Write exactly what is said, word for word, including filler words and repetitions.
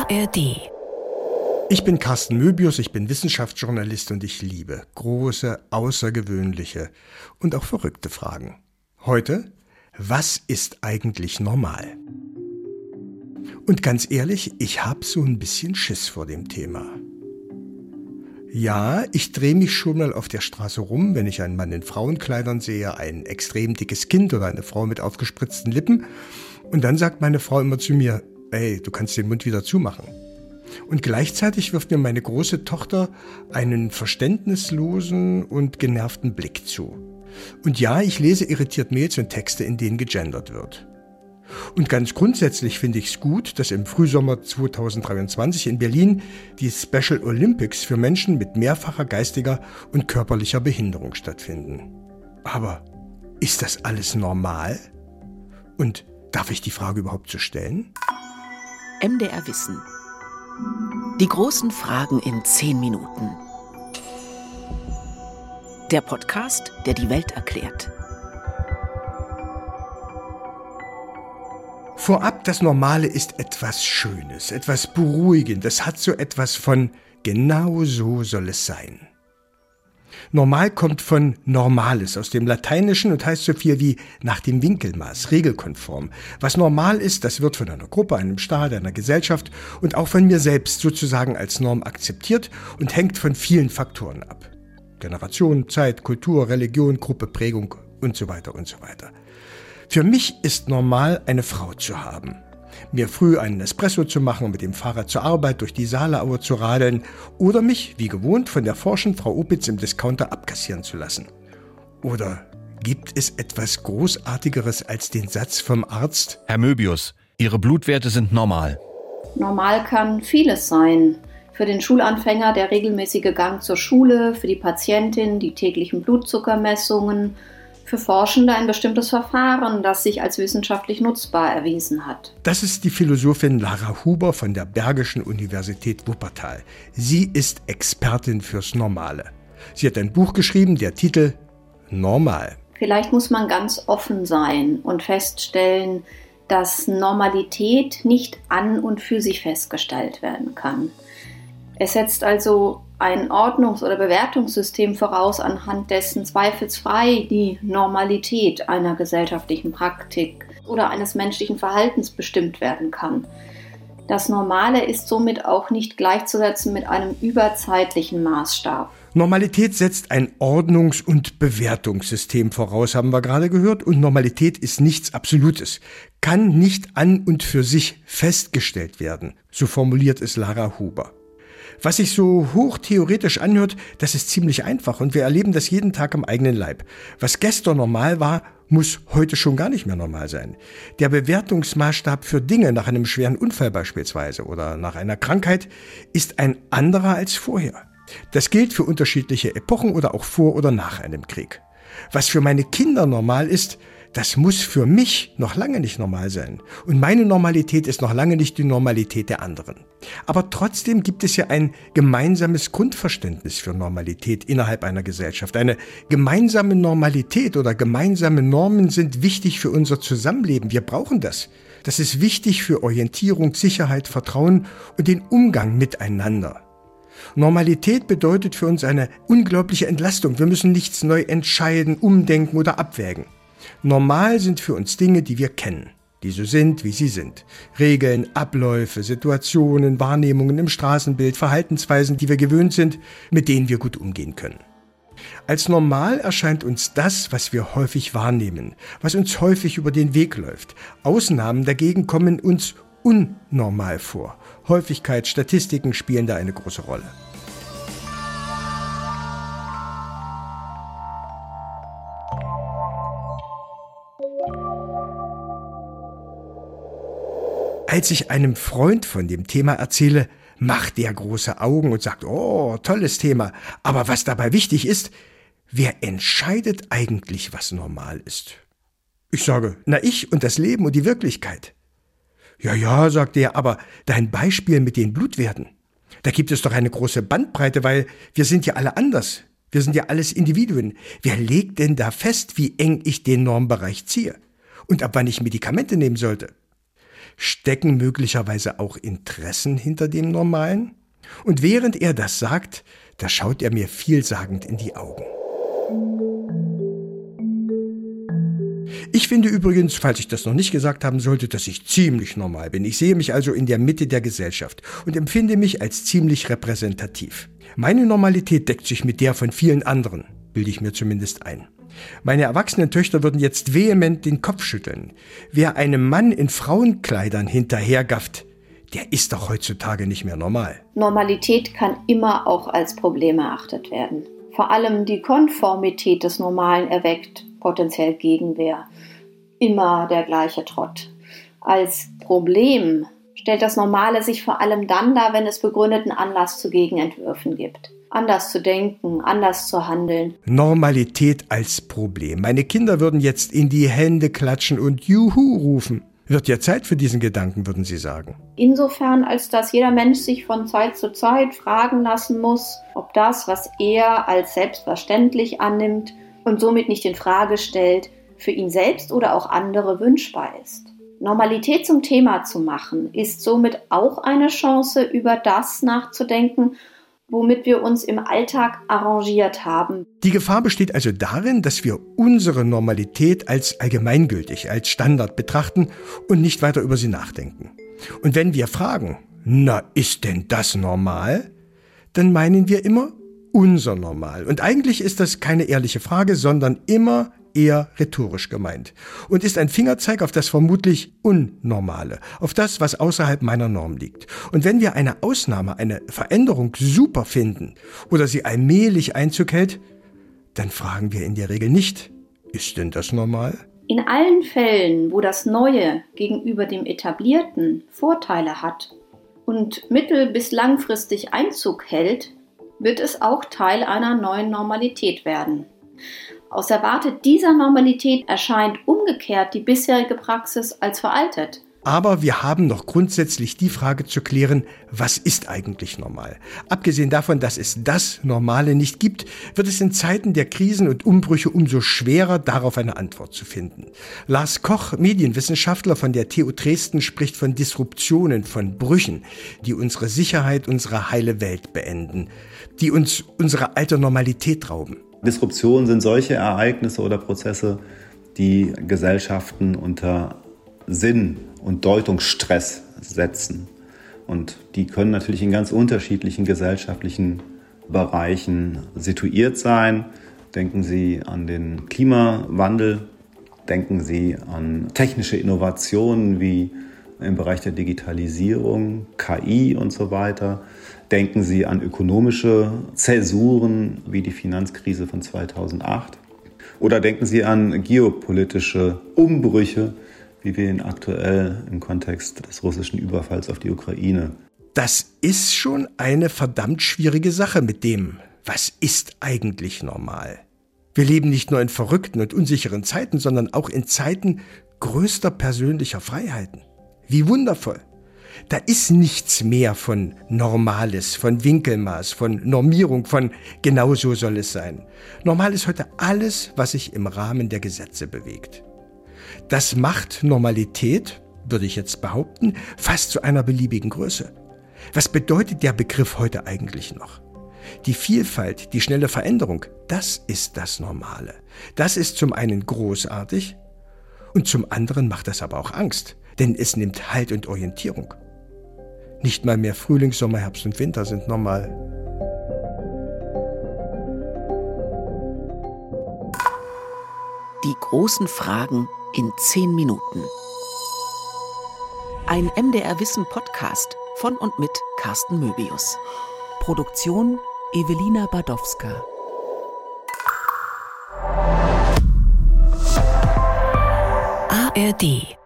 A R D. Ich bin Carsten Möbius, ich bin Wissenschaftsjournalist und ich liebe große, außergewöhnliche und auch verrückte Fragen. Heute, was ist eigentlich normal? Und ganz ehrlich, ich habe so ein bisschen Schiss vor dem Thema. Ja, ich drehe mich schon mal auf der Straße rum, wenn ich einen Mann in Frauenkleidern sehe, ein extrem dickes Kind oder eine Frau mit aufgespritzten Lippen. Und dann sagt meine Frau immer zu mir, ey, du kannst den Mund wieder zumachen. Und gleichzeitig wirft mir meine große Tochter einen verständnislosen und genervten Blick zu. Und ja, ich lese irritiert Mails und Texte, in denen gegendert wird. Und ganz grundsätzlich finde ich es gut, dass im Frühsommer zweitausenddreiundzwanzig in Berlin die Special Olympics für Menschen mit mehrfacher geistiger und körperlicher Behinderung stattfinden. Aber ist das alles normal? Und darf ich die Frage überhaupt so stellen? M D R Wissen. Die großen Fragen in zehn Minuten. Der Podcast, der die Welt erklärt. Vorab, das Normale ist etwas Schönes, etwas Beruhigendes, hat so etwas von genau so soll es sein. Normal kommt von Normales aus dem Lateinischen und heißt so viel wie nach dem Winkelmaß, regelkonform. Was normal ist, das wird von einer Gruppe, einem Staat, einer Gesellschaft und auch von mir selbst sozusagen als Norm akzeptiert und hängt von vielen Faktoren ab. Generation, Zeit, Kultur, Religion, Gruppe, Prägung und so weiter und so weiter. Für mich ist normal, eine Frau zu haben. Mir früh einen Espresso zu machen und mit dem Fahrrad zur Arbeit durch die Saaleaue zu radeln oder mich, wie gewohnt, von der forschen Frau Opitz im Discounter abkassieren zu lassen. Oder gibt es etwas Großartigeres als den Satz vom Arzt? Herr Möbius, Ihre Blutwerte sind normal. Normal kann vieles sein. Für den Schulanfänger der regelmäßige Gang zur Schule, für die Patientin die täglichen Blutzuckermessungen, für Forschende ein bestimmtes Verfahren, das sich als wissenschaftlich nutzbar erwiesen hat. Das ist die Philosophin Lara Huber von der Bergischen Universität Wuppertal. Sie ist Expertin fürs Normale. Sie hat ein Buch geschrieben, der Titel Normal. Vielleicht muss man ganz offen sein und feststellen, dass Normalität nicht an und für sich festgestellt werden kann. Es setzt also ein Ordnungs- oder Bewertungssystem voraus, anhand dessen zweifelsfrei die Normalität einer gesellschaftlichen Praktik oder eines menschlichen Verhaltens bestimmt werden kann. Das Normale ist somit auch nicht gleichzusetzen mit einem überzeitlichen Maßstab. Normalität setzt ein Ordnungs- und Bewertungssystem voraus, haben wir gerade gehört, und Normalität ist nichts Absolutes, kann nicht an und für sich festgestellt werden, so formuliert es Lara Huber. Was sich so hochtheoretisch anhört, das ist ziemlich einfach und wir erleben das jeden Tag am eigenen Leib. Was gestern normal war, muss heute schon gar nicht mehr normal sein. Der Bewertungsmaßstab für Dinge nach einem schweren Unfall beispielsweise oder nach einer Krankheit ist ein anderer als vorher. Das gilt für unterschiedliche Epochen oder auch vor oder nach einem Krieg. Was für meine Kinder normal ist, das muss für mich noch lange nicht normal sein. Und meine Normalität ist noch lange nicht die Normalität der anderen. Aber trotzdem gibt es ja ein gemeinsames Grundverständnis für Normalität innerhalb einer Gesellschaft. Eine gemeinsame Normalität oder gemeinsame Normen sind wichtig für unser Zusammenleben. Wir brauchen das. Das ist wichtig für Orientierung, Sicherheit, Vertrauen und den Umgang miteinander. Normalität bedeutet für uns eine unglaubliche Entlastung. Wir müssen nichts neu entscheiden, umdenken oder abwägen. Normal sind für uns Dinge, die wir kennen, die so sind, wie sie sind. Regeln, Abläufe, Situationen, Wahrnehmungen im Straßenbild, Verhaltensweisen, die wir gewöhnt sind, mit denen wir gut umgehen können. Als normal erscheint uns das, was wir häufig wahrnehmen, was uns häufig über den Weg läuft. Ausnahmen dagegen kommen uns unnormal vor. Häufigkeit, Statistiken spielen da eine große Rolle. Als ich einem Freund von dem Thema erzähle, macht der große Augen und sagt, oh, tolles Thema. Aber was dabei wichtig ist, wer entscheidet eigentlich, was normal ist? Ich sage, na ich und das Leben und die Wirklichkeit. Ja, ja, sagt er, aber dein Beispiel mit den Blutwerten, da gibt es doch eine große Bandbreite, weil wir sind ja alle anders. Wir sind ja alles Individuen. Wer legt denn da fest, wie eng ich den Normbereich ziehe? Und ab wann ich Medikamente nehmen sollte? Stecken möglicherweise auch Interessen hinter dem Normalen? Und während er das sagt, da schaut er mir vielsagend in die Augen. Ich finde übrigens, falls ich das noch nicht gesagt haben sollte, dass ich ziemlich normal bin. Ich sehe mich also in der Mitte der Gesellschaft und empfinde mich als ziemlich repräsentativ. Meine Normalität deckt sich mit der von vielen anderen, bilde ich mir zumindest ein. Meine erwachsenen Töchter würden jetzt vehement den Kopf schütteln. Wer einem Mann in Frauenkleidern hinterhergafft, der ist doch heutzutage nicht mehr normal. Normalität kann immer auch als Problem erachtet werden. Vor allem die Konformität des Normalen erweckt potenziell Gegenwehr. Immer der gleiche Trott. Als Problem stellt das Normale sich vor allem dann dar, wenn es begründeten Anlass zu Gegenentwürfen gibt. Anders zu denken, anders zu handeln. Normalität als Problem. Meine Kinder würden jetzt in die Hände klatschen und Juhu rufen. Wird ja Zeit für diesen Gedanken, würden Sie sagen. Insofern, als dass jeder Mensch sich von Zeit zu Zeit fragen lassen muss, ob das, was er als selbstverständlich annimmt und somit nicht in Frage stellt, für ihn selbst oder auch andere wünschbar ist. Normalität zum Thema zu machen, ist somit auch eine Chance, über das nachzudenken, womit wir uns im Alltag arrangiert haben. Die Gefahr besteht also darin, dass wir unsere Normalität als allgemeingültig, als Standard betrachten und nicht weiter über sie nachdenken. Und wenn wir fragen, na, ist denn das normal? Dann meinen wir immer unser Normal. Und eigentlich ist das keine ehrliche Frage, sondern immer eher rhetorisch gemeint und ist ein Fingerzeig auf das vermutlich Unnormale, auf das, was außerhalb meiner Norm liegt. Und wenn wir eine Ausnahme, eine Veränderung super finden oder sie allmählich Einzug hält, dann fragen wir in der Regel nicht, ist denn das normal? In allen Fällen, wo das Neue gegenüber dem Etablierten Vorteile hat und mittel- bis langfristig Einzug hält, wird es auch Teil einer neuen Normalität werden. Aus der Warte dieser Normalität erscheint umgekehrt die bisherige Praxis als veraltet. Aber wir haben noch grundsätzlich die Frage zu klären, was ist eigentlich normal? Abgesehen davon, dass es das Normale nicht gibt, wird es in Zeiten der Krisen und Umbrüche umso schwerer, darauf eine Antwort zu finden. Lars Koch, Medienwissenschaftler von der T U Dresden, spricht von Disruptionen, von Brüchen, die unsere Sicherheit, unsere heile Welt beenden, die uns unsere alte Normalität rauben. Disruptionen sind solche Ereignisse oder Prozesse, die Gesellschaften unter Sinn- und Deutungsstress setzen. Und die können natürlich in ganz unterschiedlichen gesellschaftlichen Bereichen situiert sein. Denken Sie an den Klimawandel, denken Sie an technische Innovationen wie im Bereich der Digitalisierung, K I und so weiter. Denken Sie an ökonomische Zäsuren wie die Finanzkrise von zweitausendacht. Oder denken Sie an geopolitische Umbrüche, wie wir ihn aktuell im Kontext des russischen Überfalls auf die Ukraine. Das ist schon eine verdammt schwierige Sache mit dem, was ist eigentlich normal? Wir leben nicht nur in verrückten und unsicheren Zeiten, sondern auch in Zeiten größter persönlicher Freiheiten. Wie wundervoll! Da ist nichts mehr von Normales, von Winkelmaß, von Normierung, von genau so soll es sein. Normal ist heute alles, was sich im Rahmen der Gesetze bewegt. Das macht Normalität, würde ich jetzt behaupten, fast zu einer beliebigen Größe. Was bedeutet der Begriff heute eigentlich noch? Die Vielfalt, die schnelle Veränderung, das ist das Normale. Das ist zum einen großartig und zum anderen macht das aber auch Angst, denn es nimmt Halt und Orientierung. Nicht mal mehr Frühling, Sommer, Herbst und Winter sind normal. Die großen Fragen in zehn Minuten. Ein M D R Wissen Podcast von und mit Carsten Möbius. Produktion Ewelina Badowska. A R D